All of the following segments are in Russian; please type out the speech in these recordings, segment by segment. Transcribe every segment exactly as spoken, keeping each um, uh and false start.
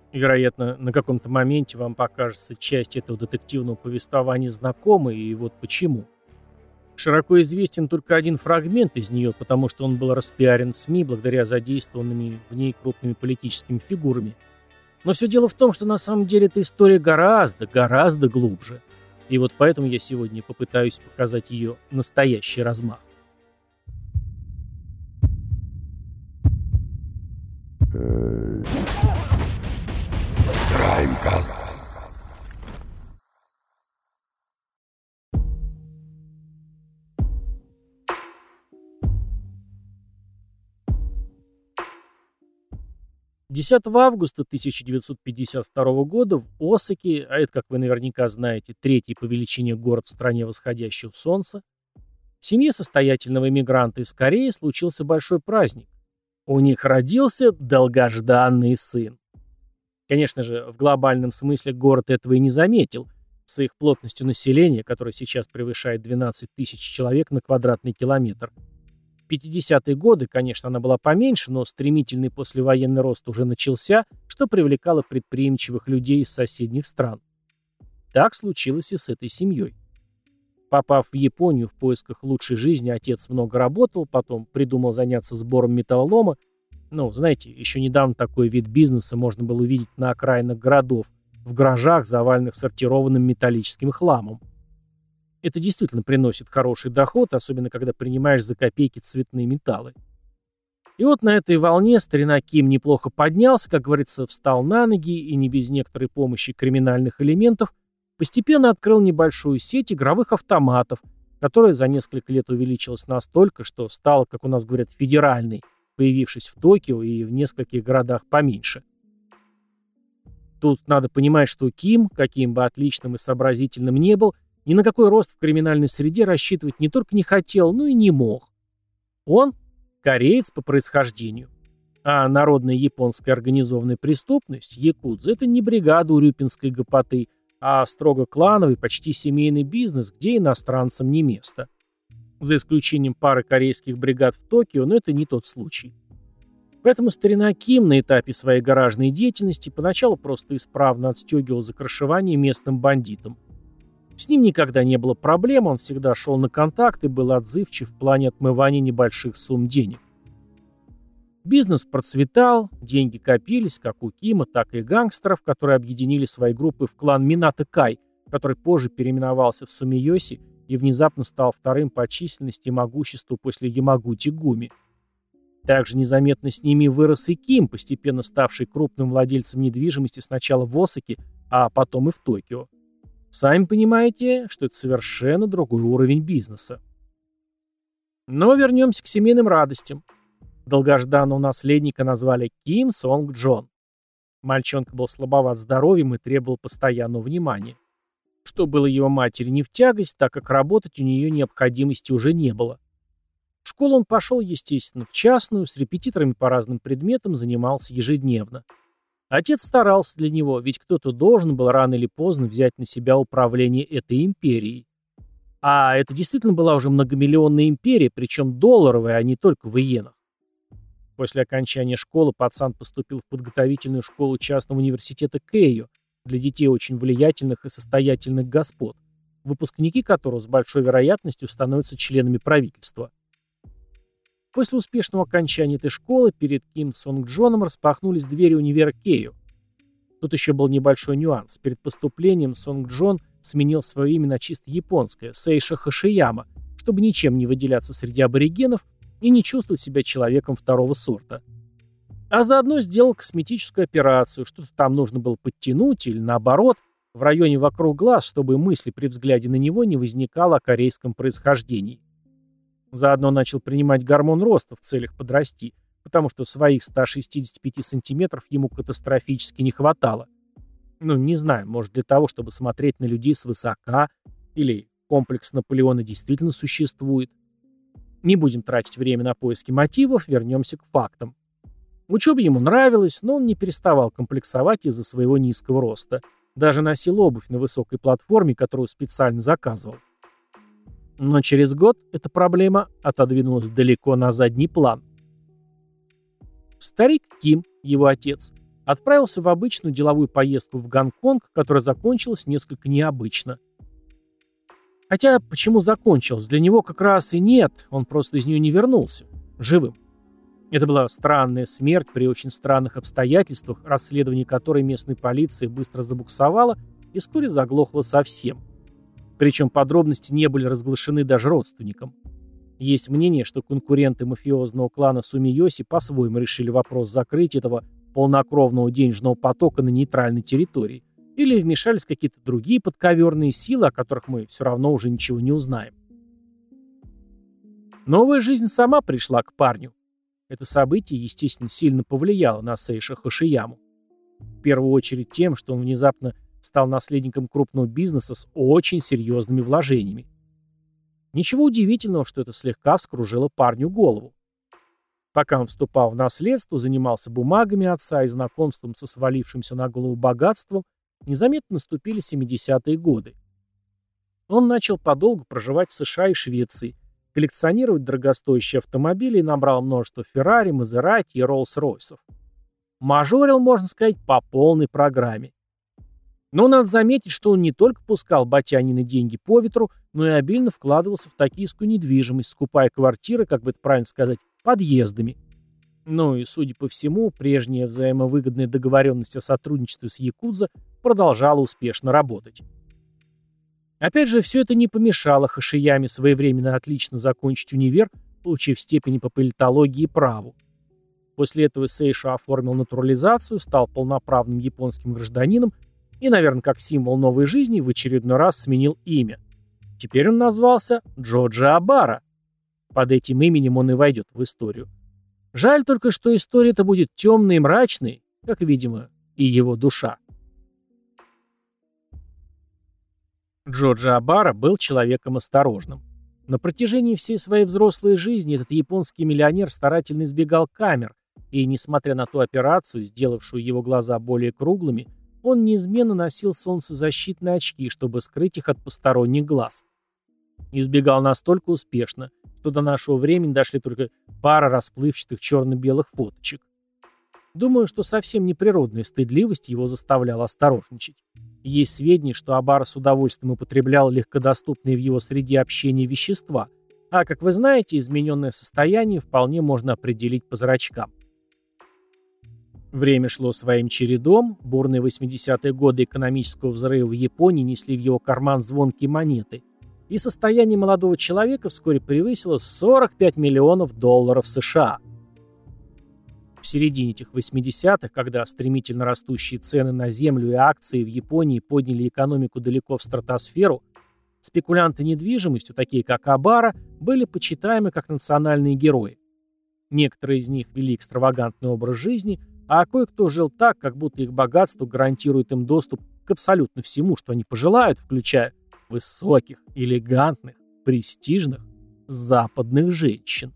Вероятно, на каком-то моменте вам покажется часть этого детективного повествования знакомой, и вот почему. Широко известен только один фрагмент из нее, потому что он был распиарен в СМИ благодаря задействованными в ней крупными политическими фигурами. Но все дело в том, что на самом деле эта история гораздо, гораздо глубже. И вот поэтому я сегодня попытаюсь показать ее настоящий размах. Краймкаст. десятого августа тысяча девятьсот пятьдесят второго года в Осаке, а это, как вы наверняка знаете, третий по величине город в стране восходящего солнца, в семье состоятельного иммигранта из Кореи случился большой праздник. У них родился долгожданный сын. Конечно же, в глобальном смысле город этого и не заметил, с их плотностью населения, которая сейчас превышает двенадцать тысяч человек на квадратный километр. В пятидесятые годы, конечно, она была поменьше, но стремительный послевоенный рост уже начался, что привлекало предприимчивых людей из соседних стран. Так случилось и с этой семьей. Попав в Японию в поисках лучшей жизни, отец много работал, потом придумал заняться сбором металлолома. Ну, знаете, еще недавно такой вид бизнеса можно было увидеть на окраинах городов, в гаражах, заваленных сортированным металлическим хламом. Это действительно приносит хороший доход, особенно когда принимаешь за копейки цветные металлы. И вот на этой волне старина Ким неплохо поднялся, как говорится, встал на ноги и не без некоторой помощи криминальных элементов постепенно открыл небольшую сеть игровых автоматов, которая за несколько лет увеличилась настолько, что стала, как у нас говорят, федеральной, появившись в Токио и в нескольких городах поменьше. Тут надо понимать, что Ким, каким бы отличным и сообразительным ни был, ни на какой рост в криминальной среде рассчитывать не только не хотел, но и не мог. Он кореец по происхождению. А народная японская организованная преступность, якудза, это не бригада урюпинской гопоты, а строго клановый, почти семейный бизнес, где иностранцам не место. За исключением пары корейских бригад в Токио, но это не тот случай. Поэтому старина Ким на этапе своей гаражной деятельности поначалу просто исправно отстегивал закрошевание местным бандитам. С ним никогда не было проблем, он всегда шел на контакт и был отзывчив в плане отмывания небольших сумм денег. Бизнес процветал, деньги копились, как у Кима, так и гангстеров, которые объединили свои группы в клан Минато Кай, который позже переименовался в Сумиоси и внезапно стал вторым по численности и могуществу после Ямагути Гуми. Также незаметно с ними вырос и Ким, постепенно ставший крупным владельцем недвижимости сначала в Осаке, а потом и в Токио. Сами понимаете, что это совершенно другой уровень бизнеса. Но вернемся к семейным радостям. Долгожданного наследника назвали Ким Сонг Джон. Мальчонка был слабоват здоровьем и требовал постоянного внимания. Что было его матери не в тягость, так как работать у нее необходимости уже не было. В школу он пошел, естественно, в частную, с репетиторами по разным предметам занимался ежедневно. Отец старался для него, ведь кто-то должен был рано или поздно взять на себя управление этой империей. А это действительно была уже многомиллионная империя, причем долларовая, а не только в иенах. После окончания школы пацан поступил в подготовительную школу частного университета Кэйо для детей очень влиятельных и состоятельных господ, выпускники которого с большой вероятностью становятся членами правительства. После успешного окончания этой школы перед Ким Сонг Джоном распахнулись двери универа Кэйо. Тут еще был небольшой нюанс. Перед поступлением Сонг Джон сменил свое имя на чисто японское – Сейша Хашияма, чтобы ничем не выделяться среди аборигенов и не чувствовать себя человеком второго сорта. А заодно сделал косметическую операцию, что-то там нужно было подтянуть или наоборот, в районе вокруг глаз, чтобы мысли при взгляде на него не возникало о корейском происхождении. Заодно начал принимать гормон роста в целях подрасти, потому что своих ста шестидесяти пяти сантиметров ему катастрофически не хватало. Ну, не знаю, может для того, чтобы смотреть на людей свысока, или комплекс Наполеона действительно существует. Не будем тратить время на поиски мотивов, вернемся к фактам. Учеба ему нравилась, но он не переставал комплексовать из-за своего низкого роста. Даже носил обувь на высокой платформе, которую специально заказывал. Но через год эта проблема отодвинулась далеко на задний план. Старик Ким, его отец, отправился в обычную деловую поездку в Гонконг, которая закончилась несколько необычно. Хотя, почему закончилась? Для него как раз и нет, он просто из нее не вернулся. Живым. Это была странная смерть при очень странных обстоятельствах, расследование которой местной полиции быстро забуксовало и вскоре заглохло совсем. Причем подробности не были разглашены даже родственникам. Есть мнение, что конкуренты мафиозного клана Сумиоси по-своему решили вопрос закрыть этого полнокровного денежного потока на нейтральной территории, или вмешались какие-то другие подковерные силы, о которых мы все равно уже ничего не узнаем. Новая жизнь сама пришла к парню. Это событие, естественно, сильно повлияло на Сейши Хошияму. В первую очередь тем, что он внезапно стал наследником крупного бизнеса с очень серьезными вложениями. Ничего удивительного, что это слегка вскружило парню голову. Пока он вступал в наследство, занимался бумагами отца и знакомством со свалившимся на голову богатством, незаметно наступили семидесятые годы. Он начал подолгу проживать в США и Швеции, коллекционировать дорогостоящие автомобили и набрал множество Феррари, Мазерати и Роллс-Ройсов. Мажорил, можно сказать, по полной программе. Но надо заметить, что он не только пускал батянины деньги по ветру, но и обильно вкладывался в токийскую недвижимость, скупая квартиры, как бы это правильно сказать, подъездами. Ну и, судя по всему, прежняя взаимовыгодная договоренность о сотрудничестве с Якудза продолжала успешно работать. Опять же, все это не помешало Хошияме своевременно отлично закончить универ, получив степени по политологии и праву. После этого Сейшо оформил натурализацию, стал полноправным японским гражданином и, наверное, как символ новой жизни, в очередной раз сменил имя. Теперь он назвался Джоджи Абара. Под этим именем он и войдет в историю. Жаль только, что история эта будет темной и мрачной, как, видимо, и его душа. Джоджи Абара был человеком осторожным. На протяжении всей своей взрослой жизни этот японский миллионер старательно избегал камер, и, несмотря на ту операцию, сделавшую его глаза более круглыми, он неизменно носил солнцезащитные очки, чтобы скрыть их от посторонних глаз. Избегал настолько успешно, что до нашего времени дошли только пара расплывчатых черно-белых фоточек. Думаю, что совсем неприродная стыдливость его заставляла осторожничать. Есть сведения, что Абара с удовольствием употреблял легкодоступные в его среде общения вещества, а, как вы знаете, измененное состояние вполне можно определить по зрачкам. Время шло своим чередом, бурные восьмидесятые годы экономического взрыва в Японии несли в его карман звонкие монеты, и состояние молодого человека вскоре превысило сорок пять миллионов долларов США. В середине этих восьмидесятых, когда стремительно растущие цены на землю и акции в Японии подняли экономику далеко в стратосферу, спекулянты недвижимостью, такие как Абара, были почитаемы как национальные герои. Некоторые из них вели экстравагантный образ жизни, а кое-кто жил так, как будто их богатство гарантирует им доступ к абсолютно всему, что они пожелают, включая высоких, элегантных, престижных, западных женщин.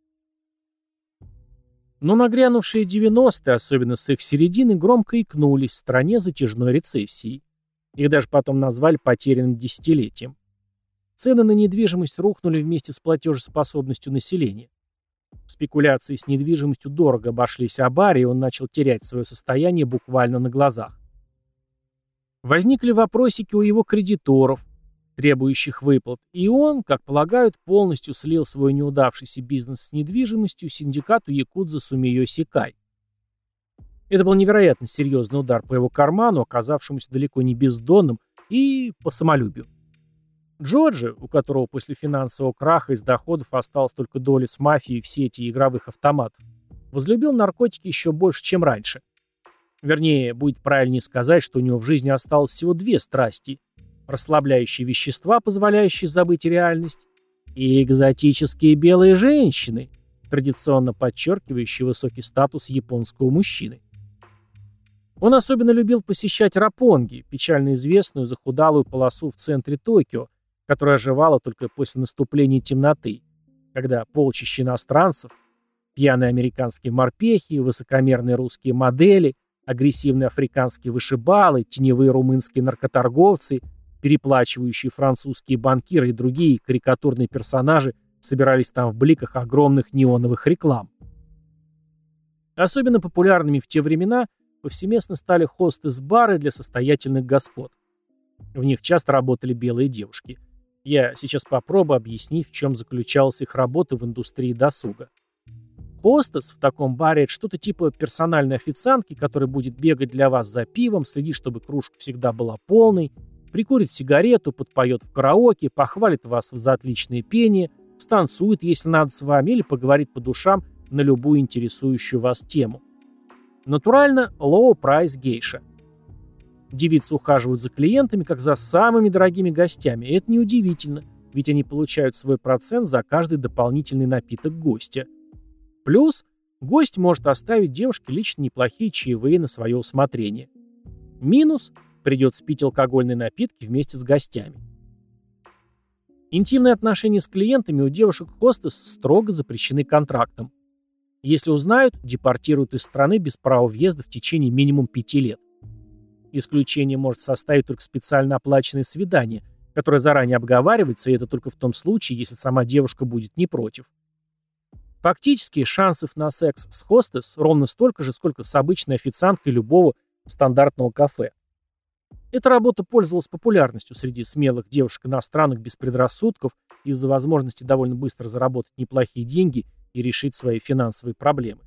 Но нагрянувшие девяностые, особенно с их середины, громко икнулись в стране затяжной рецессии. Их даже потом назвали потерянным десятилетием. Цены на недвижимость рухнули вместе с платежеспособностью населения. Спекуляции с недвижимостью дорого обошлись Абаре, и он начал терять свое состояние буквально на глазах. Возникли вопросики у его кредиторов, требующих выплат, и он, как полагают, полностью слил свой неудавшийся бизнес с недвижимостью синдикату якудза Сумиоси Кай. Это был невероятно серьезный удар по его карману, оказавшемуся далеко не бездонным, и по самолюбию. Джоджи, у которого после финансового краха из доходов осталась только доля с мафией в сети игровых автоматов, возлюбил наркотики еще больше, чем раньше. Вернее, будет правильнее сказать, что у него в жизни осталось всего две страсти: расслабляющие вещества, позволяющие забыть реальность, и экзотические белые женщины, традиционно подчеркивающие высокий статус японского мужчины. Он особенно любил посещать Роппонги, печально известную захудалую полосу в центре Токио, которая оживала только после наступления темноты, когда полчища иностранцев, пьяные американские морпехи, высокомерные русские модели, агрессивные африканские вышибалы, теневые румынские наркоторговцы, переплачивающие французские банкиры и другие карикатурные персонажи собирались там в бликах огромных неоновых реклам. Особенно популярными в те времена повсеместно стали хостес-бары для состоятельных господ. В них часто работали белые девушки. Я сейчас попробую объяснить, в чем заключалась их работа в индустрии досуга. Хостес в таком баре — это что-то типа персональной официантки, которая будет бегать для вас за пивом, следить, чтобы кружка всегда была полной, прикурит сигарету, подпоет в караоке, похвалит вас за отличное пение, станцует, если надо, с вами, или поговорит по душам на любую интересующую вас тему. Натурально, low-price гейша. Девицы ухаживают за клиентами, как за самыми дорогими гостями, и это неудивительно, ведь они получают свой процент за каждый дополнительный напиток гостя. Плюс гость может оставить девушке лично неплохие чаевые на свое усмотрение. Минус – придется пить алкогольные напитки вместе с гостями. Интимные отношения с клиентами у девушек-хостес строго запрещены контрактом. Если узнают, депортируют из страны без права въезда в течение минимум пяти лет. Исключение может составить только специально оплаченное свидание, которое заранее обговаривается, и это только в том случае, если сама девушка будет не против. Фактически, шансов на секс с хостес ровно столько же, сколько с обычной официанткой любого стандартного кафе. Эта работа пользовалась популярностью среди смелых девушек-иностранок без предрассудков из-за возможности довольно быстро заработать неплохие деньги и решить свои финансовые проблемы.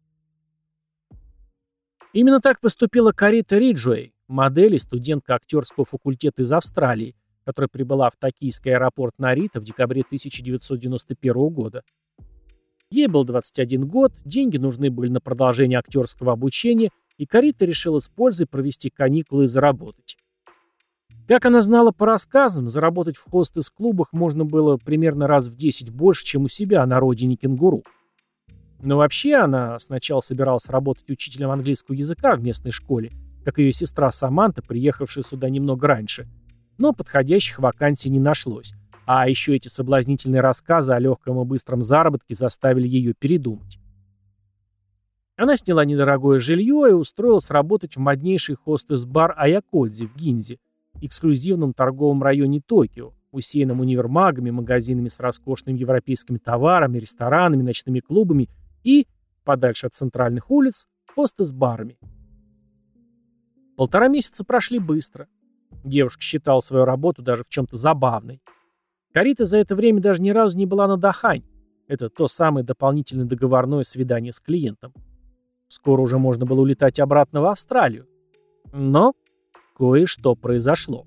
Именно так поступила Карита Риджуэй, модель и студентка актерского факультета из Австралии, которая прибыла в токийский аэропорт Нарита в декабре тысяча девятьсот девяносто первого года. Ей был двадцать один год, деньги нужны были на продолжение актерского обучения, и Карита решила с пользой провести каникулы и заработать. Как она знала по рассказам, заработать в хостес-клубах можно было примерно раз в десять больше, чем у себя на родине кенгуру. Но вообще она сначала собиралась работать учителем английского языка в местной школе, как ее сестра Саманта, приехавшая сюда немного раньше, но подходящих вакансий не нашлось. А еще эти соблазнительные рассказы о легком и быстром заработке заставили ее передумать. Она сняла недорогое жилье и устроилась работать в моднейший хостес-бар Аякодзи в Гинзе, эксклюзивном торговом районе Токио, усеянном универмагами, магазинами с роскошными европейскими товарами, ресторанами, ночными клубами и, подальше от центральных улиц, хостес-барами. Полтора месяца прошли быстро. Девушка считала свою работу даже в чем-то забавной. Карита за это время даже ни разу не была на Дахань. Это то самое дополнительное договорное свидание с клиентом. Скоро уже можно было улетать обратно в Австралию. Но кое-что произошло.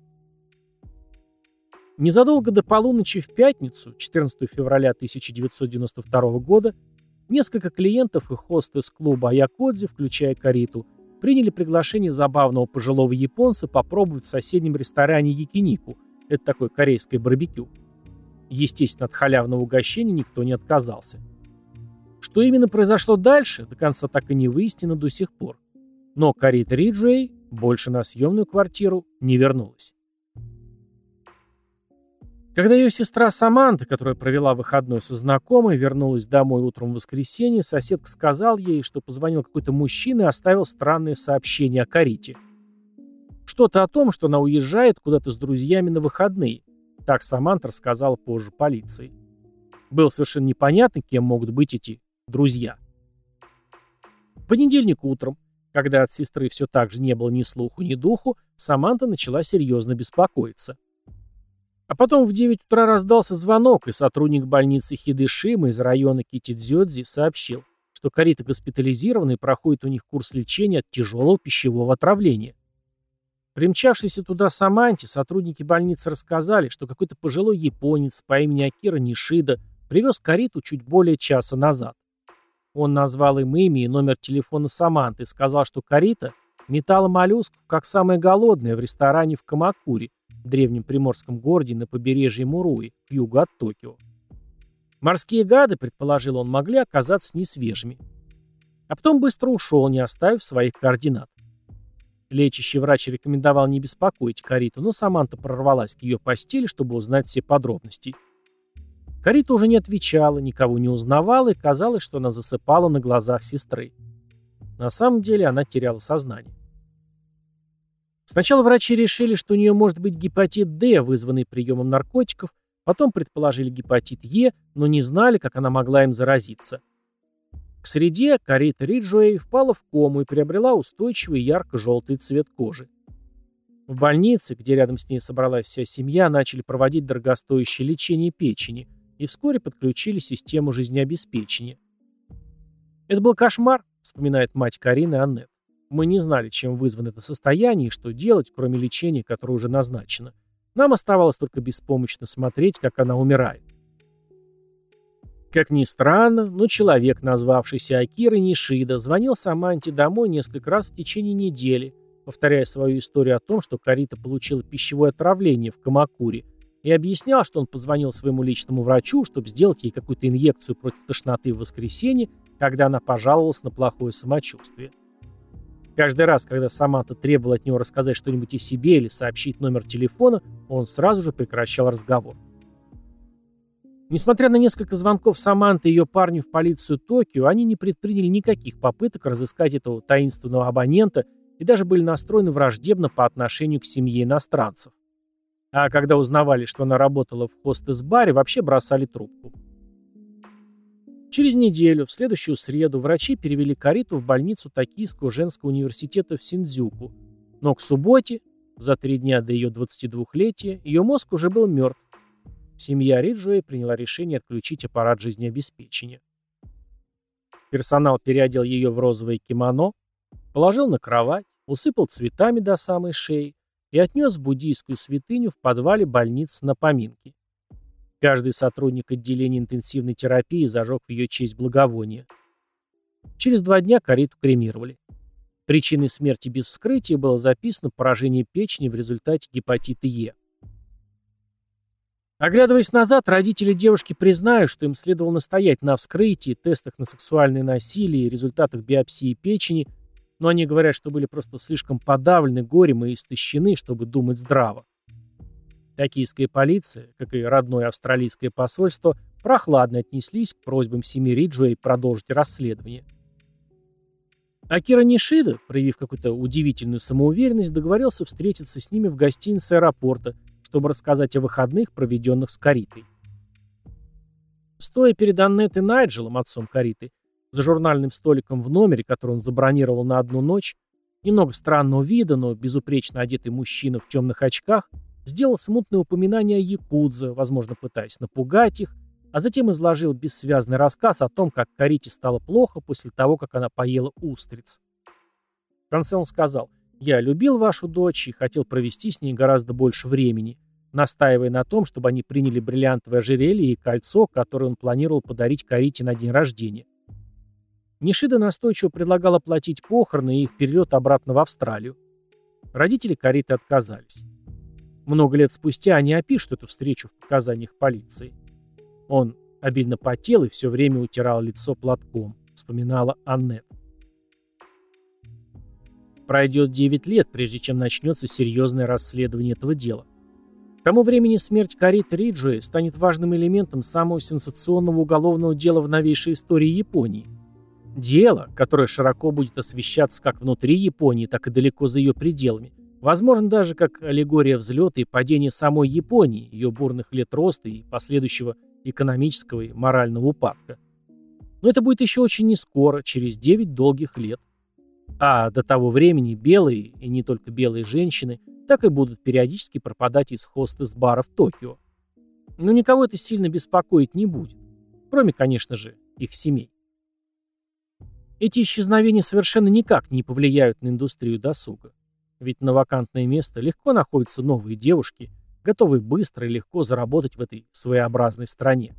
Незадолго до полуночи в пятницу, четырнадцатого февраля тысяча девятьсот девяносто второго года, несколько клиентов и хостес-клуба Аякодзи, включая Кариту, приняли приглашение забавного пожилого японца попробовать в соседнем ресторане Якинику. Это такое корейское барбекю. Естественно, от халявного угощения никто не отказался. Что именно произошло дальше, до конца так и не выяснено до сих пор. Но Карита Риджуэй больше на съемную квартиру не вернулась. Когда ее сестра Саманта, которая провела выходной со знакомой, вернулась домой утром в воскресенье, соседка сказал ей, что позвонил какой-то мужчина и оставил странное сообщение о Карите. Что-то о том, что она уезжает куда-то с друзьями на выходные. Так Саманта рассказала позже полиции. Было совершенно непонятно, кем могут быть эти друзья. В понедельник утром, когда от сестры все так же не было ни слуху, ни духу, Саманта начала серьезно беспокоиться. А потом в девять утра раздался звонок, и сотрудник больницы Хидешима из района Китидзёдзи сообщил, что Карита госпитализирована и проходит у них курс лечения от тяжелого пищевого отравления. Примчавшиеся туда Саманте, сотрудники больницы рассказали, что какой-то пожилой японец по имени Акира Нишида привез Кариту чуть более часа назад. Он назвал им имя и номер телефона Саманты и сказал, что Карита метала моллюсков, как самая голодная, в ресторане в Камакуре, в древнем приморском городе на побережье Муруи, к югу от Токио. Морские гады, предположил он, могли оказаться несвежими. А потом быстро ушел, не оставив своих координат. Лечащий врач рекомендовал не беспокоить Кариту, но Саманта прорвалась к ее постели, чтобы узнать все подробности. Карита уже не отвечала, никого не узнавала, и казалось, что она засыпала на глазах сестры. На самом деле она теряла сознание. Сначала врачи решили, что у нее может быть гепатит Д, вызванный приемом наркотиков, потом предположили гепатит Е, но не знали, как она могла им заразиться. К среде Карита Риджуэй впала в кому и приобрела устойчивый ярко-желтый цвет кожи. В больнице, где рядом с ней собралась вся семья, начали проводить дорогостоящее лечение печени и вскоре подключили систему жизнеобеспечения. «Это был кошмар», — вспоминает мать Карины Аннет. «Мы не знали, чем вызвано это состояние и что делать, кроме лечения, которое уже назначено. Нам оставалось только беспомощно смотреть, как она умирает». Как ни странно, но человек, назвавшийся Акира Нишида, звонил Саманте домой несколько раз в течение недели, повторяя свою историю о том, что Карита получила пищевое отравление в Камакуре, и объяснял, что он позвонил своему личному врачу, чтобы сделать ей какую-то инъекцию против тошноты в воскресенье, когда она пожаловалась на плохое самочувствие. Каждый раз, когда Саманта требовала от него рассказать что-нибудь о себе или сообщить номер телефона, он сразу же прекращал разговор. Несмотря на несколько звонков Саманты и ее парню в полицию Токио, они не предприняли никаких попыток разыскать этого таинственного абонента и даже были настроены враждебно по отношению к семье иностранцев. А когда узнавали, что она работала в хостес-баре, вообще бросали трубку. Через неделю, в следующую среду, врачи перевели Кариту в больницу Токийского женского университета в Синдзюку, но к субботе, за три дня до ее двадцатидвухлетия, ее мозг уже был мертв. Семья Риджуэй приняла решение отключить аппарат жизнеобеспечения. Персонал переодел ее в розовое кимоно, положил на кровать, усыпал цветами до самой шеи и отнес в буддийскую святыню в подвале больницы на поминки. Каждый сотрудник отделения интенсивной терапии зажег в ее честь благовоние. Через два дня Кариту кремировали. Причиной смерти без вскрытия было записано поражение печени в результате гепатита Е. Оглядываясь назад, родители девушки признают, что им следовало настоять на вскрытии, тестах на сексуальное насилие и результатах биопсии печени, но они говорят, что были просто слишком подавлены горем и истощены, чтобы думать здраво. Токийская полиция, как и родное австралийское посольство, прохладно отнеслись к просьбам семьи Риджуэй продолжить расследование. Акира Нишида, проявив какую-то удивительную самоуверенность, договорился встретиться с ними в гостинице аэропорта, чтобы рассказать о выходных, проведенных с Каритой. Стоя перед Аннет и Найджелом, отцом Кариты, за журнальным столиком в номере, который он забронировал на одну ночь, немного странного вида, но безупречно одетый мужчина в темных очках сделал смутное упоминание о якудзе, возможно, пытаясь напугать их, а затем изложил бессвязный рассказ о том, как Карите стало плохо после того, как она поела устриц. В конце он сказал: «Я любил вашу дочь и хотел провести с ней гораздо больше времени», настаивая на том, чтобы они приняли бриллиантовое ожерелье и кольцо, которое он планировал подарить Карите на день рождения. Нишида настойчиво предлагал оплатить похороны и их перелет обратно в Австралию. Родители Кариты отказались. Много лет спустя они опишут эту встречу в показаниях полиции. Он обильно потел и все время утирал лицо платком, вспоминала Аннет. Пройдет девять лет, прежде чем начнется серьезное расследование этого дела. К тому времени смерть Кариты Риджуэй станет важным элементом самого сенсационного уголовного дела в новейшей истории Японии. Дело, которое широко будет освещаться как внутри Японии, так и далеко за ее пределами. Возможно, даже как аллегория взлета и падения самой Японии, ее бурных лет роста и последующего экономического и морального упадка. Но это будет еще очень нескоро, через девять долгих лет. А до того времени белые, и не только белые женщины, так и будут периодически пропадать из хостес-баров Токио. Но никого это сильно беспокоить не будет. Кроме, конечно же, их семей. Эти исчезновения совершенно никак не повлияют на индустрию досуга. Ведь на вакантное место легко находятся новые девушки, готовые быстро и легко заработать в этой своеобразной стране.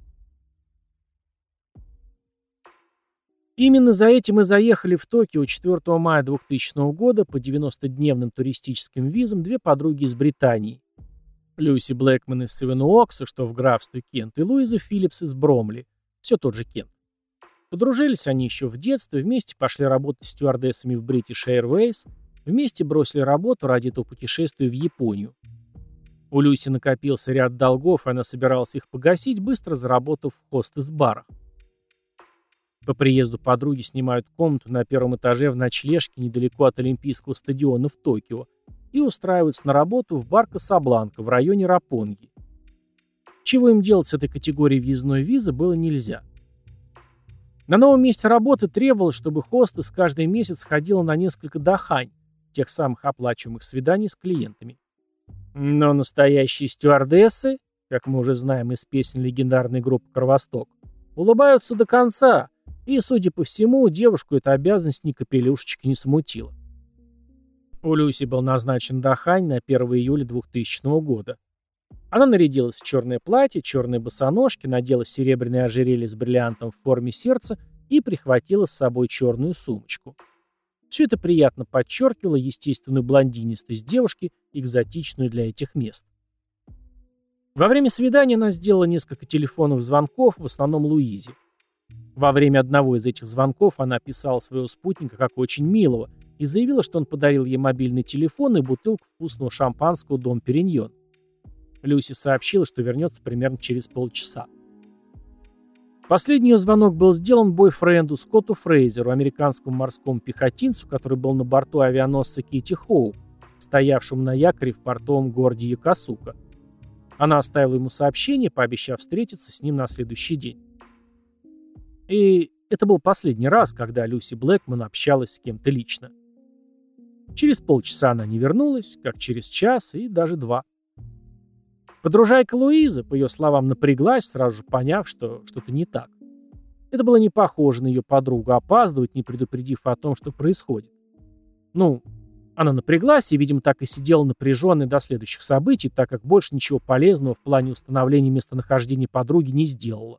Именно за этим и заехали в Токио четвёртого мая двухтысячного года по девяностодневным туристическим визам две подруги из Британии. Люси Блэкман из Севенуокса, что в графстве Кент, и Луиза Филлипс из Бромли, все тот же Кент. Подружились они еще в детстве, вместе пошли работать стюардессами в British Airways, вместе бросили работу ради этого путешествия в Японию. У Люси накопился ряд долгов, и она собиралась их погасить, быстро заработав в хостес-барах. По приезду подруги снимают комнату на первом этаже в ночлежке недалеко от Олимпийского стадиона в Токио и устраиваются на работу в бар Касабланка в районе Раппонги. Чего им делать с этой категорией въездной визы было нельзя. На новом месте работы требовалось, чтобы хостес каждый месяц ходила на несколько дахань, тех самых оплачиваемых свиданий с клиентами. Но настоящие стюардессы, как мы уже знаем из песен легендарной группы «Кровосток», улыбаются до конца, и, судя по всему, девушку эта обязанность ни капелюшечки не смутила. У Люси был назначен дахань на первое июля двухтысячного года. Она нарядилась в черное платье, черные босоножки, надела серебряное ожерелье с бриллиантом в форме сердца и прихватила с собой черную сумочку. Все это приятно подчеркивало естественную блондинистость девушки, экзотичную для этих мест. Во время свидания она сделала несколько телефонных звонков, в основном Луизе. Во время одного из этих звонков она описала своего спутника как очень милого и заявила, что он подарил ей мобильный телефон и бутылку вкусного шампанского «Дом Периньон». Люси сообщила, что вернется примерно через полчаса. Последний ее звонок был сделан бойфренду Скотту Фрейзеру, американскому морскому пехотинцу, который был на борту авианосца Китти Хоуп, стоявшему на якоре в портовом городе Якосука. Она оставила ему сообщение, пообещав встретиться с ним на следующий день. И это был последний раз, когда Люси Блэкман общалась с кем-то лично. Через полчаса она не вернулась, как через час и даже два. Подружайка Луиза, по ее словам, напряглась, сразу же поняв, что что-то не так. Это было не похоже на ее подругу опаздывать, не предупредив о том, что происходит. Ну, она напряглась и, видимо, так и сидела напряженной до следующих событий, так как больше ничего полезного в плане установления местонахождения подруги не сделала.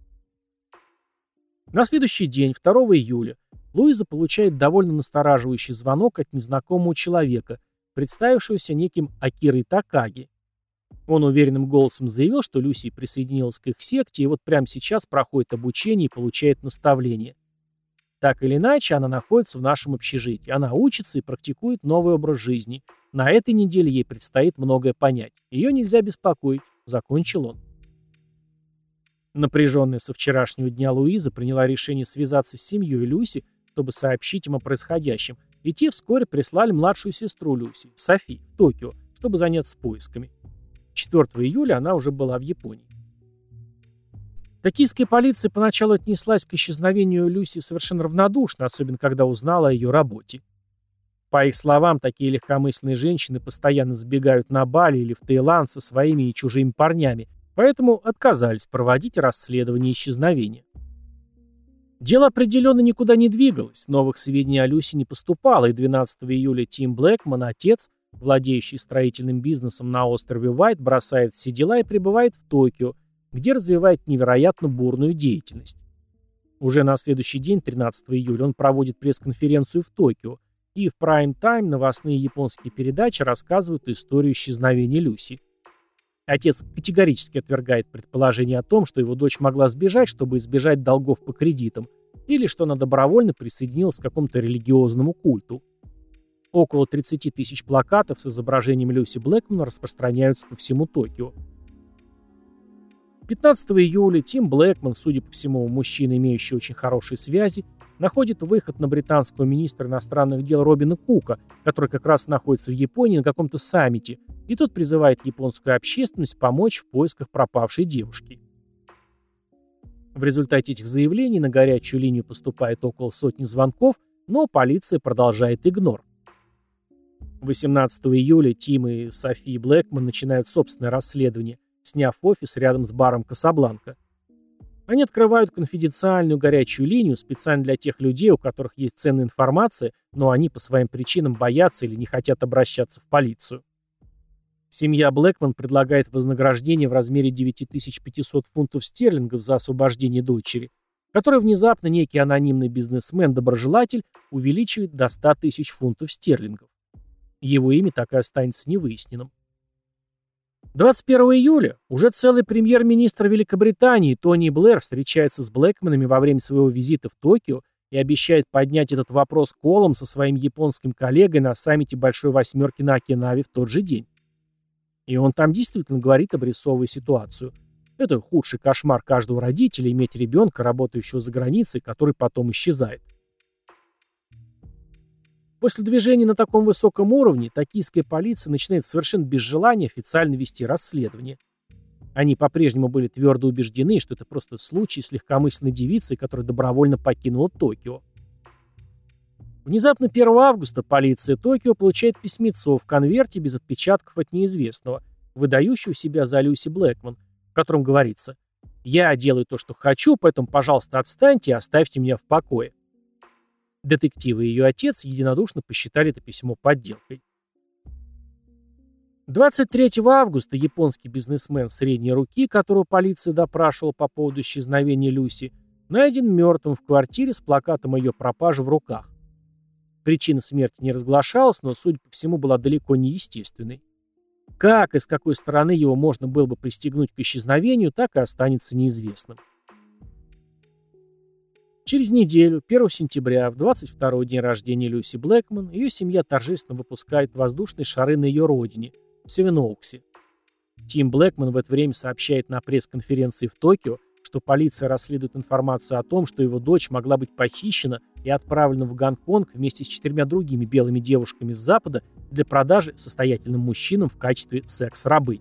На следующий день, второго июля, Луиза получает довольно настораживающий звонок от незнакомого человека, представившегося неким Акирой Такаги. Он уверенным голосом заявил, что Люси присоединилась к их секте и вот прямо сейчас проходит обучение и получает наставления. Так или иначе, она находится в нашем общежитии. Она учится и практикует новый образ жизни. На этой неделе ей предстоит многое понять. Ее нельзя беспокоить, закончил он. Напряженная со вчерашнего дня Луиза приняла решение связаться с семьей Люси, чтобы сообщить им о происходящем, и те вскоре прислали младшую сестру Люси, Софи, в Токио, чтобы заняться поисками. четвёртого июля она уже была в Японии. Токийская полиция поначалу отнеслась к исчезновению Люси совершенно равнодушно, особенно когда узнала о ее работе. По их словам, такие легкомысленные женщины постоянно сбегают на Бали или в Таиланд со своими и чужими парнями, поэтому отказались проводить расследование исчезновения. Дело определенно никуда не двигалось, новых сведений о Люси не поступало, и двенадцатого июля Тим Блэкман, отец, владеющий строительным бизнесом на острове Уайт, бросает все дела и прибывает в Токио, где развивает невероятно бурную деятельность. Уже на следующий день, тринадцатого июля, он проводит пресс-конференцию в Токио, и в прайм-тайм новостные японские передачи рассказывают историю исчезновения Люси. Отец категорически отвергает предположение о том, что его дочь могла сбежать, чтобы избежать долгов по кредитам, или что она добровольно присоединилась к какому-то религиозному культу. Около тридцати тысяч плакатов с изображением Люси Блэкман распространяются по всему Токио. пятнадцатого июля Тим Блэкман, судя по всему, мужчина, имеющий очень хорошие связи, находит выход на британского министра иностранных дел Робина Кука, который как раз находится в Японии на каком-то саммите, и тот призывает японскую общественность помочь в поисках пропавшей девушки. В результате этих заявлений на горячую линию поступает около сотни звонков, но полиция продолжает игнор. восемнадцатого июля Тим и Софи Блэкман начинают собственное расследование, сняв офис рядом с баром «Касабланка». Они открывают конфиденциальную горячую линию специально для тех людей, у которых есть ценная информация, но они по своим причинам боятся или не хотят обращаться в полицию. Семья Блэкман предлагает вознаграждение в размере девять тысяч пятьсот фунтов стерлингов за освобождение дочери, которое внезапно некий анонимный бизнесмен-доброжелатель увеличивает до ста тысяч фунтов стерлингов. Его имя так и останется невыясненным. двадцать первого июля уже целый премьер-министр Великобритании Тони Блэр встречается с Блэкманами во время своего визита в Токио и обещает поднять этот вопрос колом со своим японским коллегой на саммите Большой Восьмерки на Окинаве в тот же день. И он там действительно говорит, обрисовывая ситуацию. Это худший кошмар каждого родителя — иметь ребенка, работающего за границей, который потом исчезает. После движения на таком высоком уровне токийская полиция начинает совершенно без желания официально вести расследование. Они по-прежнему были твердо убеждены, что это просто случай с легкомысленной девицей, которая добровольно покинула Токио. Внезапно первого августа полиция Токио получает письмецо в конверте без отпечатков от неизвестного, выдающего себя за Люси Блэкман, в котором говорится: «Я делаю то, что хочу, поэтому, пожалуйста, отстаньте и оставьте меня в покое». Детективы и ее отец единодушно посчитали это письмо подделкой. двадцать третьего августа японский бизнесмен средней руки, которого полиция допрашивала по поводу исчезновения Люси, найден мертвым в квартире с плакатом о ее пропаже в руках. Причина смерти не разглашалась, но, судя по всему, была далеко не естественной. Как и с какой стороны его можно было бы пристегнуть к исчезновению, так и останется неизвестным. Через неделю, первого сентября, в двадцать второй день рождения Люси Блэкман, ее семья торжественно выпускает воздушные шары на ее родине, в Севеноуксе. Тим Блэкман в это время сообщает на пресс-конференции в Токио, что полиция расследует информацию о том, что его дочь могла быть похищена и отправлена в Гонконг вместе с четырьмя другими белыми девушками с Запада для продажи состоятельным мужчинам в качестве секс-рабынь.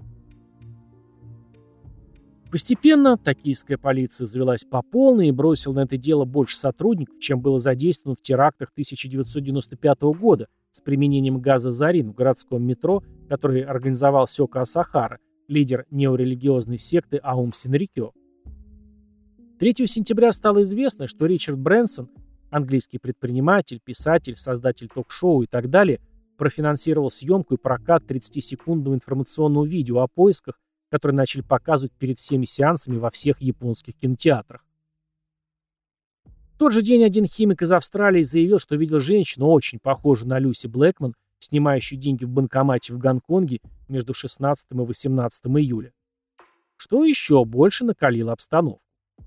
Постепенно токийская полиция завелась по полной и бросила на это дело больше сотрудников, чем было задействовано в терактах тысяча девятьсот девяносто пятого года с применением газа «Зарин» в городском метро, который организовал Сёка Асахара, лидер неорелигиозной секты Аум Синрикё. третьего сентября стало известно, что Ричард Брэнсон, английский предприниматель, писатель, создатель ток-шоу и так далее, профинансировал съемку и прокат тридцатисекундного информационного видео о поисках, которые начали показывать перед всеми сеансами во всех японских кинотеатрах. В тот же день один химик из Австралии заявил, что видел женщину, очень похожую на Люси Блэкман, снимающую деньги в банкомате в Гонконге между шестнадцатым и восемнадцатым июля. Что еще больше накалило обстановку.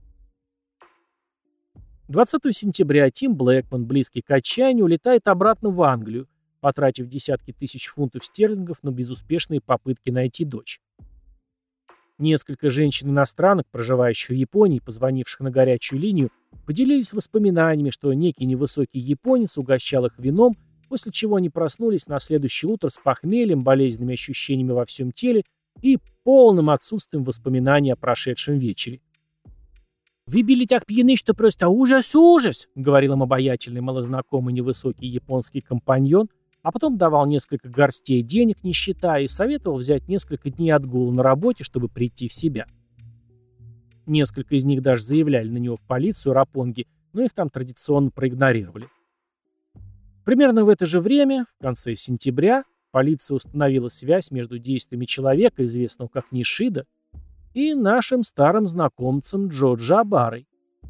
двадцатого сентября Тим Блэкман, близкий к отчаянию, улетает обратно в Англию, потратив десятки тысяч фунтов стерлингов на безуспешные попытки найти дочь. Несколько женщин-иностранок, проживающих в Японии, позвонивших на горячую линию, поделились воспоминаниями, что некий невысокий японец угощал их вином, после чего они проснулись на следующее утро с похмельем, болезненными ощущениями во всем теле и полным отсутствием воспоминаний о прошедшем вечере. «Вы были так пьяны, что просто ужас-ужас», — говорил им обаятельный малознакомый невысокий японский компаньон, а потом давал несколько горстей денег, не считая, и советовал взять несколько дней отгула на работе, чтобы прийти в себя. Несколько из них даже заявляли на него в полицию Рапонги, но их там традиционно проигнорировали. Примерно в это же время, в конце сентября, полиция установила связь между действиями человека, известного как Нишида, и нашим старым знакомцем Джоджо Абарой.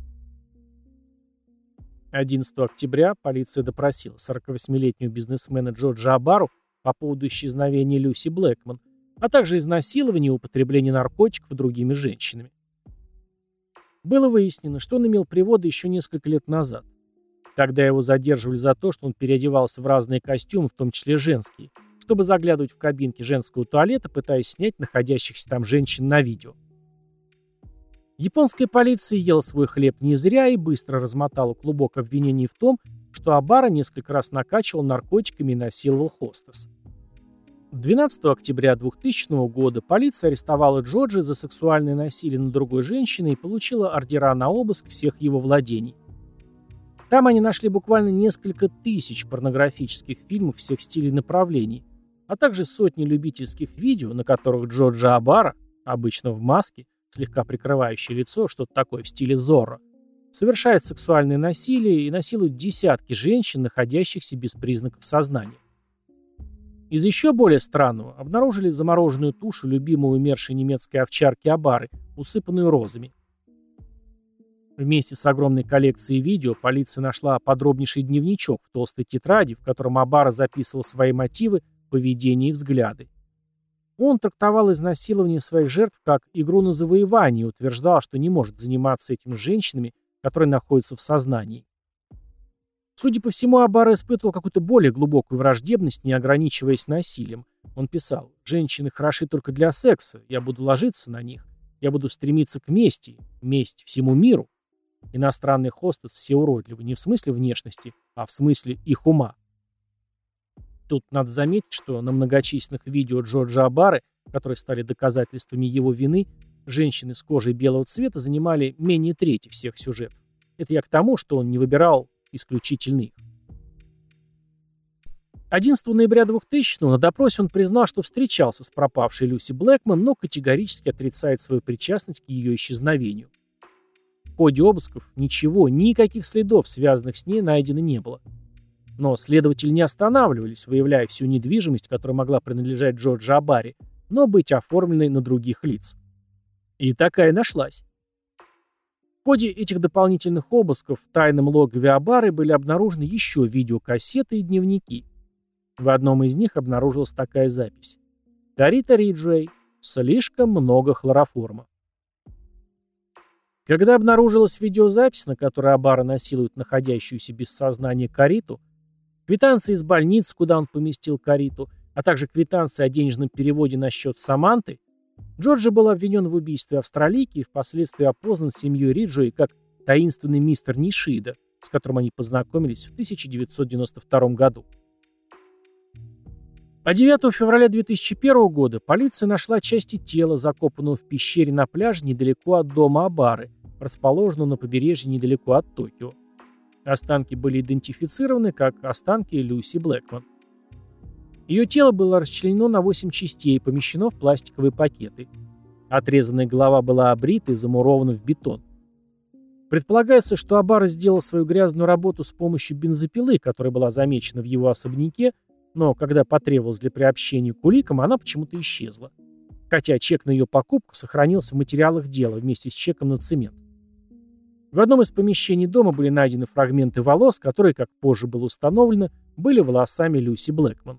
одиннадцатого октября полиция допросила сорокавосьмилетнего бизнесмена Джоджо Абару по поводу исчезновения Люси Блэкман, а также изнасилования и употребления наркотиков другими женщинами. Было выяснено, что он имел приводы еще несколько лет назад. Тогда его задерживали за то, что он переодевался в разные костюмы, в том числе женские, чтобы заглядывать в кабинки женского туалета, пытаясь снять находящихся там женщин на видео. Японская полиция ела свой хлеб не зря и быстро размотала клубок обвинений в том, что Абара несколько раз накачивал наркотиками и насиловал хостес. двенадцатого октября двухтысячного года полиция арестовала Джоджи за сексуальное насилие над другой женщиной и получила ордера на обыск всех его владений. Там они нашли буквально несколько тысяч порнографических фильмов всех стилей и направлений, а также сотни любительских видео, на которых Джоджо Абара, обычно в маске, слегка прикрывающее лицо, что-то такое в стиле Зорро, совершает сексуальное насилие и насилует десятки женщин, находящихся без признаков сознания. Из еще более странного обнаружили замороженную тушу любимой умершей немецкой овчарки Абары, усыпанную розами. Вместе с огромной коллекцией видео полиция нашла подробнейший дневничок в толстой тетради, в котором Абара записывал свои мотивы, поведение и взгляды. Он трактовал изнасилование своих жертв как игру на завоевание и утверждал, что не может заниматься этим с женщинами, которые находятся в сознании. Судя по всему, Абара испытывал какую-то более глубокую враждебность, не ограничиваясь насилием. Он писал: «Женщины хороши только для секса, я буду ложиться на них, я буду стремиться к мести, месть всему миру. Иностранный хостес все уродливы, не в смысле внешности, а в смысле их ума». Тут надо заметить, что на многочисленных видео Джорджа Абары, которые стали доказательствами его вины, женщины с кожей белого цвета занимали менее трети всех сюжетов. Это я к тому, что он не выбирал исключительно их. одиннадцатого ноября двухтысячного на допросе он признал, что встречался с пропавшей Люси Блэкман, но категорически отрицает свою причастность к ее исчезновению. В ходе обысков ничего, никаких следов, связанных с ней, найдено не было. Но следователи не останавливались, выявляя всю недвижимость, которая могла принадлежать Джорджу Абари, но быть оформленной на других лиц. И такая нашлась. В ходе этих дополнительных обысков в тайном логове Абары были обнаружены еще видеокассеты и дневники. В одном из них обнаружилась такая запись. Карита Риджуэй. Слишком много хлороформа. Когда обнаружилась видеозапись, на которой Абара насилует находящуюся без сознания Кариту, квитанции из больницы, куда он поместил Кариту, а также квитанции о денежном переводе на счет Саманты, Джорджи был обвинен в убийстве австралийки и впоследствии опознан семьей Риджуэй как таинственный мистер Нишида, с которым они познакомились в тысяча девятьсот девяносто втором году. А девятого февраля две тысячи первого года полиция нашла части тела, закопанного в пещере на пляже недалеко от дома Абары, расположенного на побережье недалеко от Токио. Останки были идентифицированы как останки Люси Блэкман. Ее тело было расчленено на восемь частей и помещено в пластиковые пакеты. Отрезанная голова была обрита и замурована в бетон. Предполагается, что Абара сделал свою грязную работу с помощью бензопилы, которая была замечена в его особняке, но когда потребовалось для приобщения к уликам, она почему-то исчезла. Хотя чек на ее покупку сохранился в материалах дела вместе с чеком на цемент. В одном из помещений дома были найдены фрагменты волос, которые, как позже было установлено, были волосами Люси Блэкман.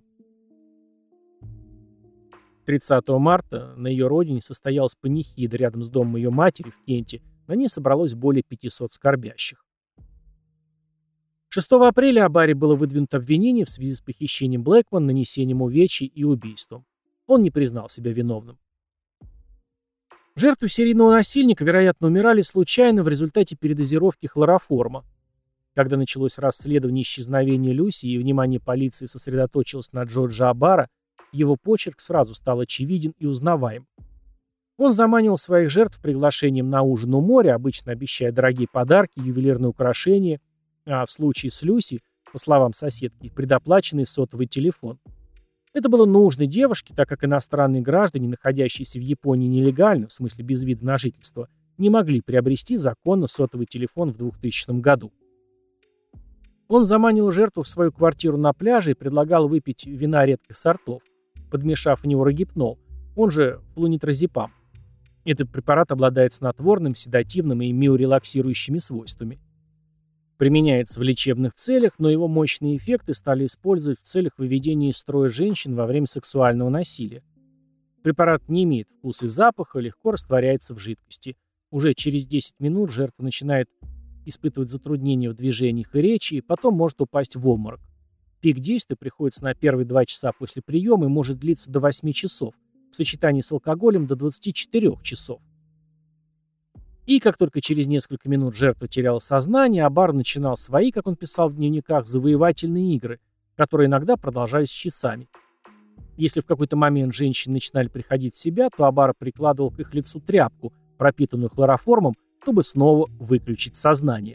тридцатого марта на ее родине состоялась панихида рядом с домом ее матери в Кенте. На ней собралось более пятисот скорбящих. шестого апреля Абари было выдвинуто обвинение в связи с похищением Блэкман, нанесением увечий и убийством. Он не признал себя виновным. Жертвы серийного насильника, вероятно, умирали случайно в результате передозировки хлороформа. Когда началось расследование исчезновения Люси и внимание полиции сосредоточилось на Джорджа Абара, его почерк сразу стал очевиден и узнаваем. Он заманивал своих жертв приглашением на ужин у моря, обычно обещая дорогие подарки, ювелирные украшения, а в случае с Люси, по словам соседки, предоплаченный сотовый телефон. Это было нужно девушке, так как иностранные граждане, находящиеся в Японии нелегально, в смысле без вида на жительство, не могли приобрести законно сотовый телефон в двухтысячном году. Он заманивал жертву в свою квартиру на пляже и предлагал выпить вина редких сортов, подмешав в него рогипнол, он же флунитразепам. Этот препарат обладает снотворным, седативным и миорелаксирующими свойствами. Применяется в лечебных целях, но его мощные эффекты стали использовать в целях выведения из строя женщин во время сексуального насилия. Препарат не имеет вкуса и запаха, легко растворяется в жидкости. Уже через десять минут жертва начинает испытывать затруднения в движениях и речи, и потом может упасть в обморок. Пик действия приходится на первые два часа после приема и может длиться до восьми часов, в сочетании с алкоголем до двадцати четырёх часов. И как только через несколько минут жертва теряла сознание, Абар начинал свои, как он писал в дневниках, завоевательные игры, которые иногда продолжались часами. Если в какой-то момент женщины начинали приходить в себя, то Абар прикладывал к их лицу тряпку, пропитанную хлороформом, чтобы снова выключить сознание.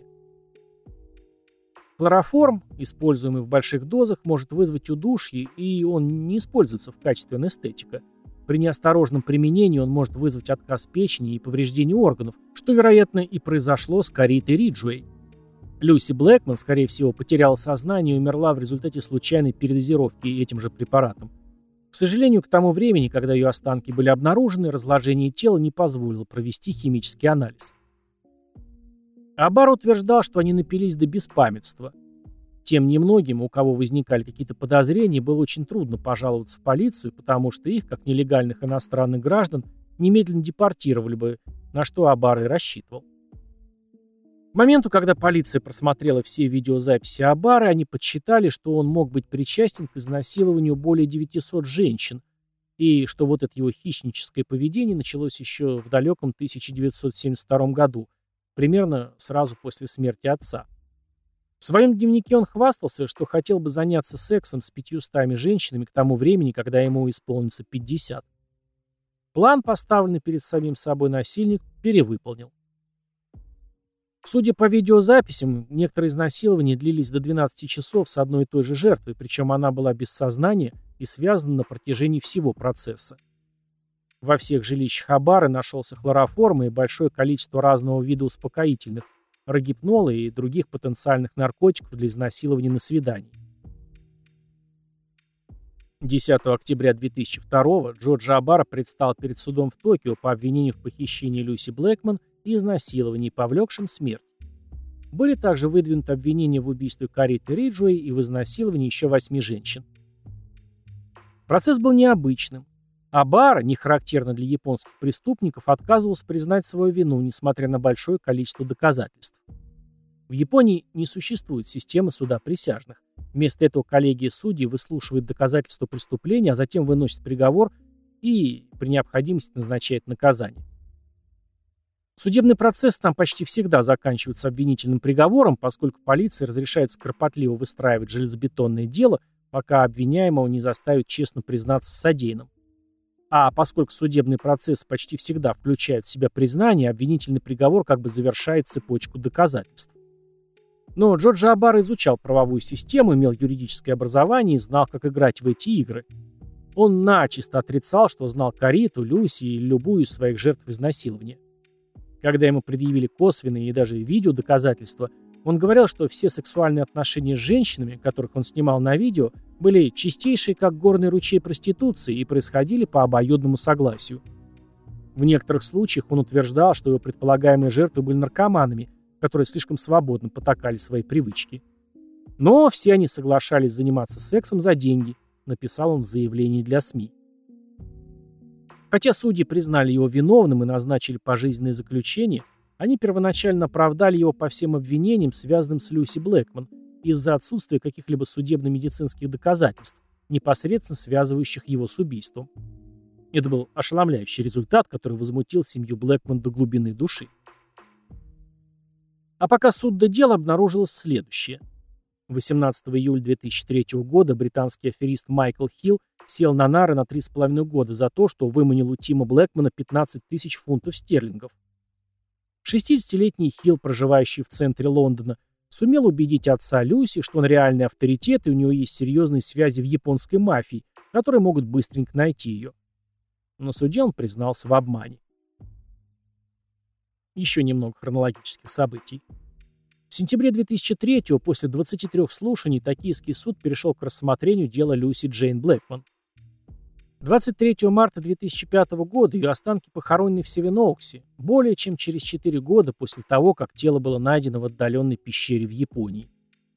Хлороформ, используемый в больших дозах, может вызвать удушье, и он не используется в качестве анестетика. При неосторожном применении он может вызвать отказ печени и повреждение органов, что, вероятно, и произошло с Каритой Риджуэй. Люси Блэкман, скорее всего, потеряла сознание и умерла в результате случайной передозировки этим же препаратом. К сожалению, к тому времени, когда ее останки были обнаружены, разложение тела не позволило провести химический анализ. Абар утверждал, что они напились до беспамятства. Тем немногим, у кого возникали какие-то подозрения, было очень трудно пожаловаться в полицию, потому что их, как нелегальных иностранных граждан, немедленно депортировали бы, на что Абар и рассчитывал. К моменту, когда полиция просмотрела все видеозаписи Абара, они подсчитали, что он мог быть причастен к изнасилованию более девятисот женщин, и что вот это его хищническое поведение началось еще в далеком тысяча девятьсот семьдесят втором году, примерно сразу после смерти отца. В своем дневнике он хвастался, что хотел бы заняться сексом с пятьюстами женщинами к тому времени, когда ему исполнится пятьдесят. План, поставленный перед самим собой насильник, перевыполнил. Судя по видеозаписям, некоторые изнасилования длились до двенадцати часов с одной и той же жертвой, причем она была без сознания и связана на протяжении всего процесса. Во всех жилищах Абары нашелся хлороформ и большое количество разного вида успокоительных, рогипнола и других потенциальных наркотиков для изнасилования на свидании. десятого октября две тысячи второго Джордж Абара предстал перед судом в Токио по обвинению в похищении Люси Блэкман и изнасиловании, повлекшем смерть. Были также выдвинуты обвинения в убийстве Кариты Риджуэй и в изнасиловании еще восьми женщин. Процесс был необычным. Абара, не характерно для японских преступников, отказывался признать свою вину, несмотря на большое количество доказательств. В Японии не существует системы суда присяжных. Вместо этого коллегия судей выслушивает доказательства преступления, а затем выносит приговор и, при необходимости, назначает наказание. Судебный процесс там почти всегда заканчивается обвинительным приговором, поскольку полиции разрешается кропотливо выстраивать железобетонное дело, пока обвиняемого не заставят честно признаться в содеянном. А поскольку судебный процесс почти всегда включает в себя признание, обвинительный приговор как бы завершает цепочку доказательств. Но Джордж Абара изучал правовую систему, имел юридическое образование и знал, как играть в эти игры. Он начисто отрицал, что знал Кариту, Люси и любую из своих жертв изнасилования. Когда ему предъявили косвенные и даже видеодоказательства, он говорил, что все сексуальные отношения с женщинами, которых он снимал на видео, были чистейшие, как горный ручей проституции, и происходили по обоюдному согласию. В некоторых случаях он утверждал, что его предполагаемые жертвы были наркоманами, которые слишком свободно потакали свои привычки. Но все они соглашались заниматься сексом за деньги, написал он в заявлении для СМИ. Хотя судьи признали его виновным и назначили пожизненное заключение, они первоначально оправдали его по всем обвинениям, связанным с Люси Блэкман, из-за отсутствия каких-либо судебно-медицинских доказательств, непосредственно связывающих его с убийством. Это был ошеломляющий результат, который возмутил семью Блэкман до глубины души. А пока суд до дела, обнаружилось следующее. восемнадцатого июля две тысячи третьего года британский аферист Майкл Хилл сел на нары на три с половиной года за то, что выманил у Тима Блэкмана пятнадцать тысяч фунтов стерлингов. шестидесятилетний Хилл, проживающий в центре Лондона, сумел убедить отца Люси, что он реальный авторитет и у него есть серьезные связи в японской мафии, которые могут быстренько найти ее. На суде он признался в обмане. Еще немного хронологических событий. В сентябре две тысячи третьего, после двадцати трёх слушаний, Токийский суд перешел к рассмотрению дела Люси Джейн Блэкман. двадцать третьего марта две тысячи пятого года ее останки похоронены в Севеноуксе, более чем через четыре года после того, как тело было найдено в отдаленной пещере в Японии.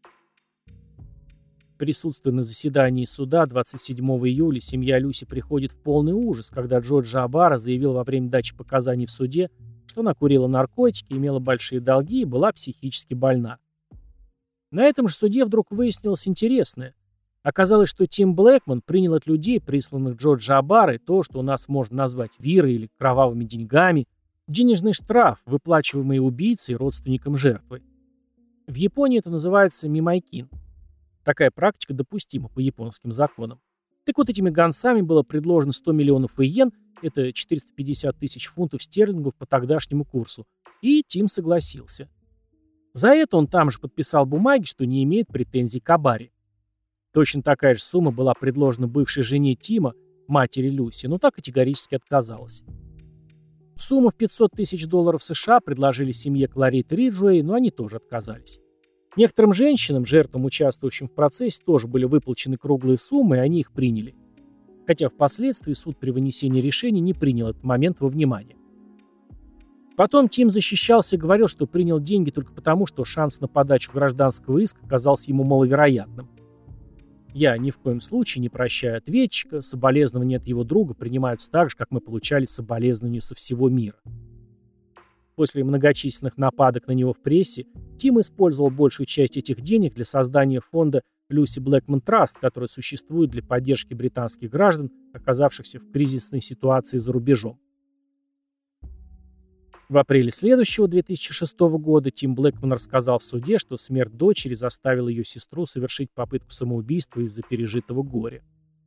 Присутствуя на заседании суда двадцать седьмого июля, семья Люси приходит в полный ужас, когда Джордж Абара заявил во время дачи показаний в суде, что она курила наркотики, имела большие долги и была психически больна. На этом же суде вдруг выяснилось интересное. Оказалось, что Тим Блэкман принял от людей, присланных Джорджа Абарой, то, что у нас можно назвать вирой или кровавыми деньгами, денежный штраф, выплачиваемый убийцей и родственникам жертвы. В Японии это называется мимайкин. Такая практика допустима по японским законам. Так вот, этими гонцами было предложено сто миллионов иен, это четыреста пятьдесят тысяч фунтов стерлингов по тогдашнему курсу, и Тим согласился. За это он там же подписал бумаги, что не имеет претензий к Абаре. Точно такая же сумма была предложена бывшей жене Тима, матери Люси, но та категорически отказалась. Сумму в пятьсот тысяч долларов США предложили семье Кларит Риджуэй, но они тоже отказались. Некоторым женщинам, жертвам, участвующим в процессе, тоже были выплачены круглые суммы, и они их приняли. Хотя впоследствии суд при вынесении решения не принял этот момент во внимание. Потом Тим защищался и говорил, что принял деньги только потому, что шанс на подачу гражданского иска казался ему маловероятным. Я ни в коем случае не прощаю ответчика, соболезнования от его друга принимаются так же, как мы получали соболезнования со всего мира. После многочисленных нападок на него в прессе, Тим использовал большую часть этих денег для создания фонда Люси Блэкман Траст, который существует для поддержки британских граждан, оказавшихся в кризисной ситуации за рубежом. В апреле следующего, две тысячи шестого года, Тим Блэкман рассказал в суде, что смерть дочери заставила ее сестру совершить попытку самоубийства из-за пережитого горя.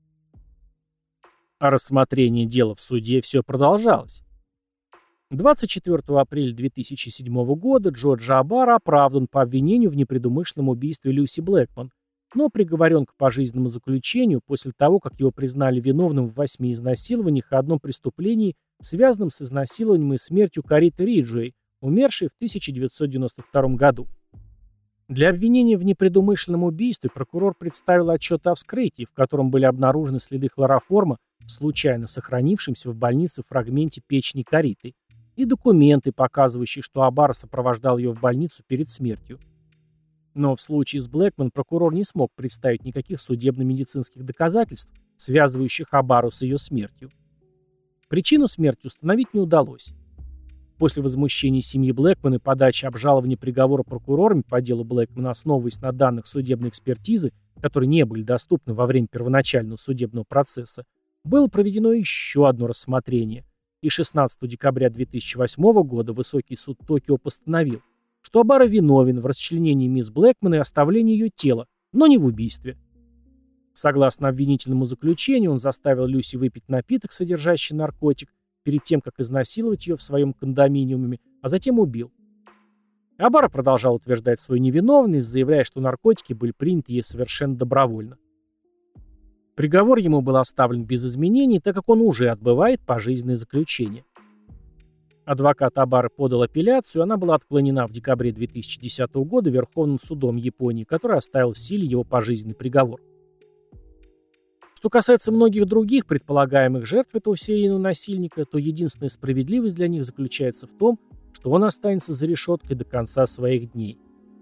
А рассмотрение дела в суде все продолжалось. двадцать четвёртого апреля две тысячи седьмого года Джордж Абар оправдан по обвинению в непредумышленном убийстве Люси Блэкман, но приговорен к пожизненному заключению после того, как его признали виновным в восьми изнасилованиях и одном преступлении, связанном с изнасилованием и смертью Кариты Риджуэй, умершей в тысяча девятьсот девяносто втором году. Для обвинения в непредумышленном убийстве прокурор представил отчет о вскрытии, в котором были обнаружены следы хлороформа, случайно сохранившимся в больнице фрагменте печени Кариты, и документы, показывающие, что Абар сопровождал ее в больницу перед смертью. Но в случае с Блэкман прокурор не смог представить никаких судебно-медицинских доказательств, связывающих Абару с ее смертью. Причину смерти установить не удалось. После возмущения семьи Блэкман и подачи обжалования приговора прокурорами по делу Блэкмана, основываясь на данных судебной экспертизы, которые не были доступны во время первоначального судебного процесса, было проведено еще одно рассмотрение, и шестнадцатого декабря две тысячи восьмого года Высокий суд Токио постановил, что Абара виновен в расчленении мисс Блэкман и оставлении ее тела, но не в убийстве. Согласно обвинительному заключению, он заставил Люси выпить напиток, содержащий наркотик, перед тем, как изнасиловать ее в своем кондоминиуме, а затем убил. Абара продолжал утверждать свою невиновность, заявляя, что наркотики были приняты ей совершенно добровольно. Приговор ему был оставлен без изменений, так как он уже отбывает пожизненное заключение. Адвокат Абары подал апелляцию, она была отклонена в декабре две тысячи десятого года Верховным судом Японии, который оставил в силе его пожизненный приговор. Что касается многих других предполагаемых жертв этого серийного насильника, то единственная справедливость для них заключается в том, что он останется за решеткой до конца своих дней.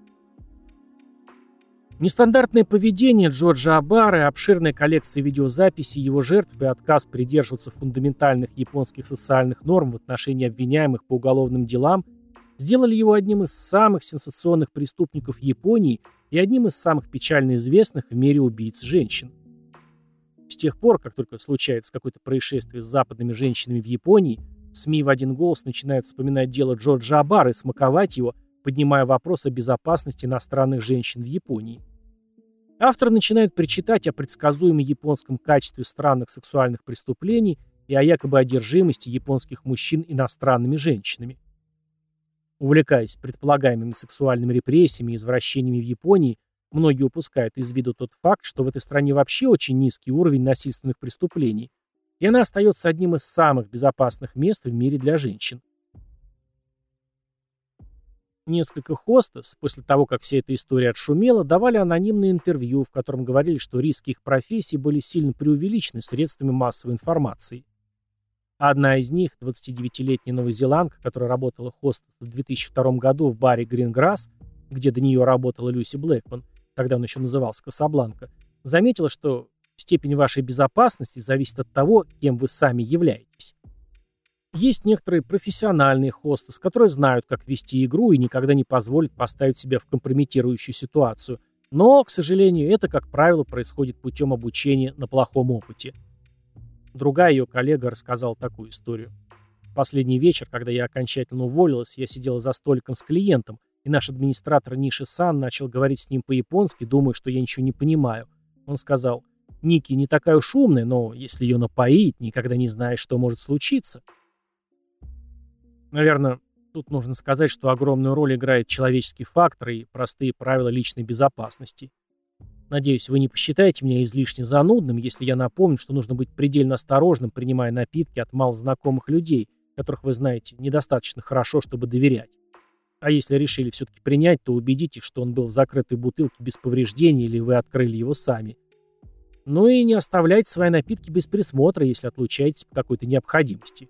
Нестандартное поведение Джорджа Абары, обширная коллекция видеозаписей его жертв и отказ придерживаться фундаментальных японских социальных норм в отношении обвиняемых по уголовным делам сделали его одним из самых сенсационных преступников Японии и одним из самых печально известных в мире убийц женщин. С тех пор, как только случается какое-то происшествие с западными женщинами в Японии, СМИ в один голос начинают вспоминать дело Джорджа Абары и смаковать его, поднимая вопрос о безопасности иностранных женщин в Японии. Авторы начинают причитать о предсказуемом японском качестве странных сексуальных преступлений и о якобы одержимости японских мужчин иностранными женщинами. Увлекаясь предполагаемыми сексуальными репрессиями и извращениями в Японии, многие упускают из виду тот факт, что в этой стране вообще очень низкий уровень насильственных преступлений, и она остается одним из самых безопасных мест в мире для женщин. Несколько хостес, после того, как вся эта история отшумела, давали анонимные интервью, в котором говорили, что риски их профессии были сильно преувеличены средствами массовой информации. Одна из них, двадцатидевятилетняя новозеландка, которая работала хостес в две тысячи втором году в баре «Гринграсс», где до нее работала Люси Блэкман, тогда он еще назывался «Касабланка», заметила, что степень вашей безопасности зависит от того, кем вы сами являетесь. Есть некоторые профессиональные хостес, которые знают, как вести игру и никогда не позволят поставить себя в компрометирующую ситуацию, но, к сожалению, это, как правило, происходит путем обучения на плохом опыте. Другая ее коллега рассказала такую историю. В последний вечер, когда я окончательно уволилась, я сидела за столиком с клиентом, и наш администратор Ниши-сан начал говорить с ним по-японски, думая, что я ничего не понимаю. Он сказал: «Ники не такая уж умная, но если ее напоить, никогда не знаешь, что может случиться». Наверное, тут нужно сказать, что огромную роль играет человеческий фактор и простые правила личной безопасности. Надеюсь, вы не посчитаете меня излишне занудным, если я напомню, что нужно быть предельно осторожным, принимая напитки от малознакомых людей, которых вы знаете недостаточно хорошо, чтобы доверять. А если решили все-таки принять, то убедитесь, что он был в закрытой бутылке без повреждений или вы открыли его сами. Ну и не оставляйте свои напитки без присмотра, если отлучаетесь по какой-то необходимости.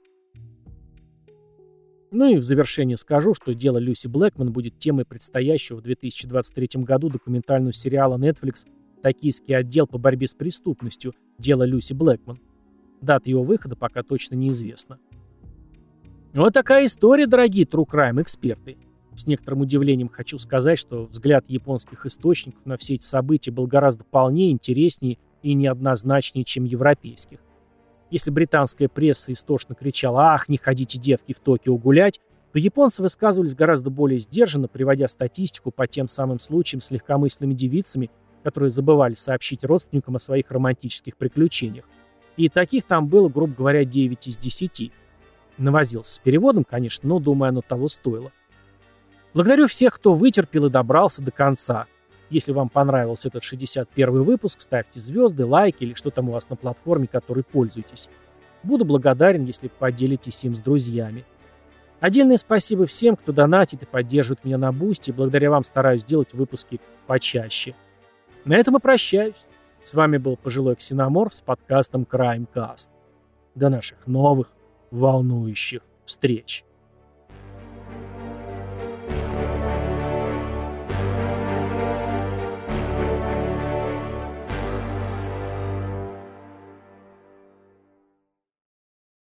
Ну и в завершение скажу, что дело Люси Блэкман будет темой предстоящего в две тысячи двадцать третьем году документального сериала Netflix «Токийский отдел по борьбе с преступностью. Дело Люси Блэкман». Дата его выхода пока точно неизвестна. Вот такая история, дорогие True Crime эксперты. С некоторым удивлением хочу сказать, что взгляд японских источников на все эти события был гораздо полнее, интереснее и неоднозначнее, чем европейских. Если британская пресса истошно кричала: «Ах, не ходите, девки, в Токио гулять», то японцы высказывались гораздо более сдержанно, приводя статистику по тем самым случаям с легкомысленными девицами, которые забывали сообщить родственникам о своих романтических приключениях. И таких там было, грубо говоря, девять из десяти. Навозился с переводом, конечно, но, думаю, оно того стоило. Благодарю всех, кто вытерпел и добрался до конца. Если вам понравился этот шестьдесят первый выпуск, ставьте звезды, лайки или что там у вас на платформе, которой пользуетесь. Буду благодарен, если поделитесь им с друзьями. Отдельное спасибо всем, кто донатит и поддерживает меня на Бусти, и благодаря вам стараюсь делать выпуски почаще. На этом и прощаюсь. С вами был пожилой ксеноморф с подкастом Crimecast. До наших новых волнующих встреч.